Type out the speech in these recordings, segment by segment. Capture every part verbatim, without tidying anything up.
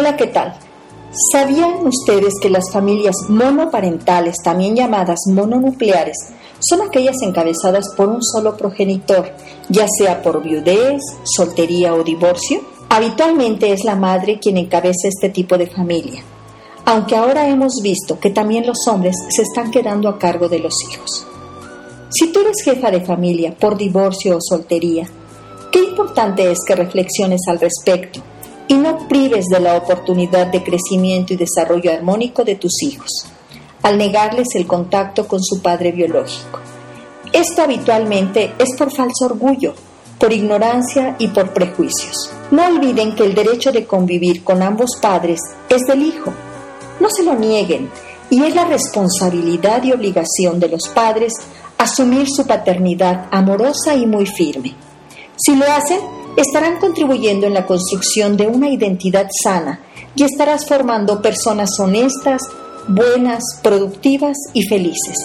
Hola, ¿qué tal? ¿Sabían ustedes que las familias monoparentales, también llamadas mononucleares, son aquellas encabezadas por un solo progenitor, ya sea por viudez, soltería o divorcio? Habitualmente es la madre quien encabeza este tipo de familia, aunque ahora hemos visto que también los hombres se están quedando a cargo de los hijos. Si tú eres jefa de familia por divorcio o soltería, qué importante es que reflexiones al respecto y no prives de la oportunidad de crecimiento y desarrollo armónico de tus hijos, al negarles el contacto con su padre biológico. Esto habitualmente es por falso orgullo, por ignorancia y por prejuicios. No olviden que el derecho de convivir con ambos padres es del hijo. No se lo nieguen, y es la responsabilidad y obligación de los padres asumir su paternidad amorosa y muy firme. Si lo hacen, estarán contribuyendo en la construcción de una identidad sana y estarás formando personas honestas, buenas, productivas y felices.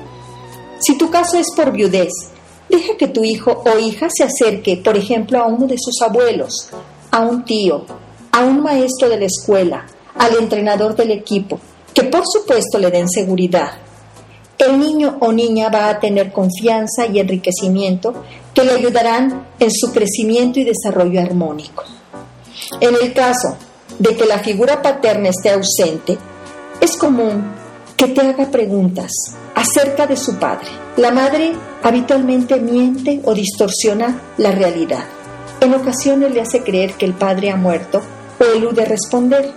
Si tu caso es por viudez, deja que tu hijo o hija se acerque, por ejemplo, a uno de sus abuelos, a un tío, a un maestro de la escuela, al entrenador del equipo, que por supuesto le den seguridad. El niño o niña va a tener confianza y enriquecimiento que le ayudarán en su crecimiento y desarrollo armónico. En el caso de que la figura paterna esté ausente, es común que te haga preguntas acerca de su padre. La madre habitualmente miente o distorsiona la realidad. En ocasiones le hace creer que el padre ha muerto o elude responder.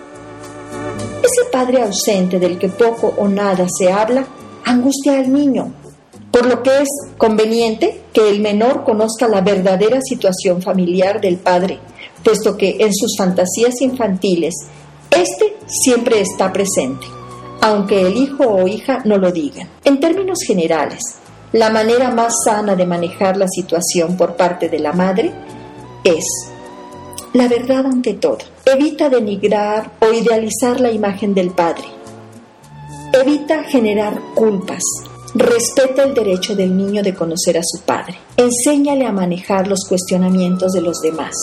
Ese padre ausente del que poco o nada se habla angustia al niño, por lo que es conveniente que el menor conozca la verdadera situación familiar del padre, puesto que en sus fantasías infantiles, éste siempre está presente, aunque el hijo o hija no lo digan. En términos generales, la manera más sana de manejar la situación por parte de la madre es la verdad ante todo. Evita denigrar o idealizar la imagen del padre. Evita generar culpas. Respeta el derecho del niño de conocer a su padre. Enséñale a manejar los cuestionamientos de los demás.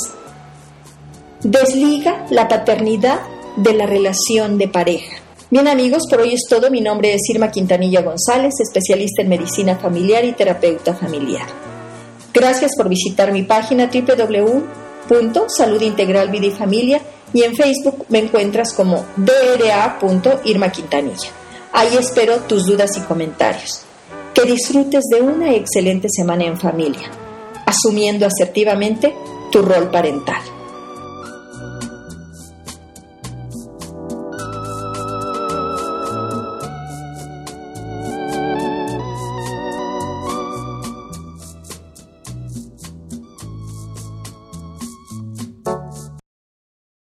Desliga la paternidad de la relación de pareja. Bien, amigos, por hoy es todo. Mi nombre es Irma Quintanilla González, especialista en medicina familiar y terapeuta familiar. Gracias por visitar mi página doble u doble u doble u punto salud integral vida y familia, y en Facebook me encuentras como d r a punto irma quintanilla. Ahí espero tus dudas y comentarios. Que disfrutes de una excelente semana en familia, asumiendo asertivamente tu rol parental.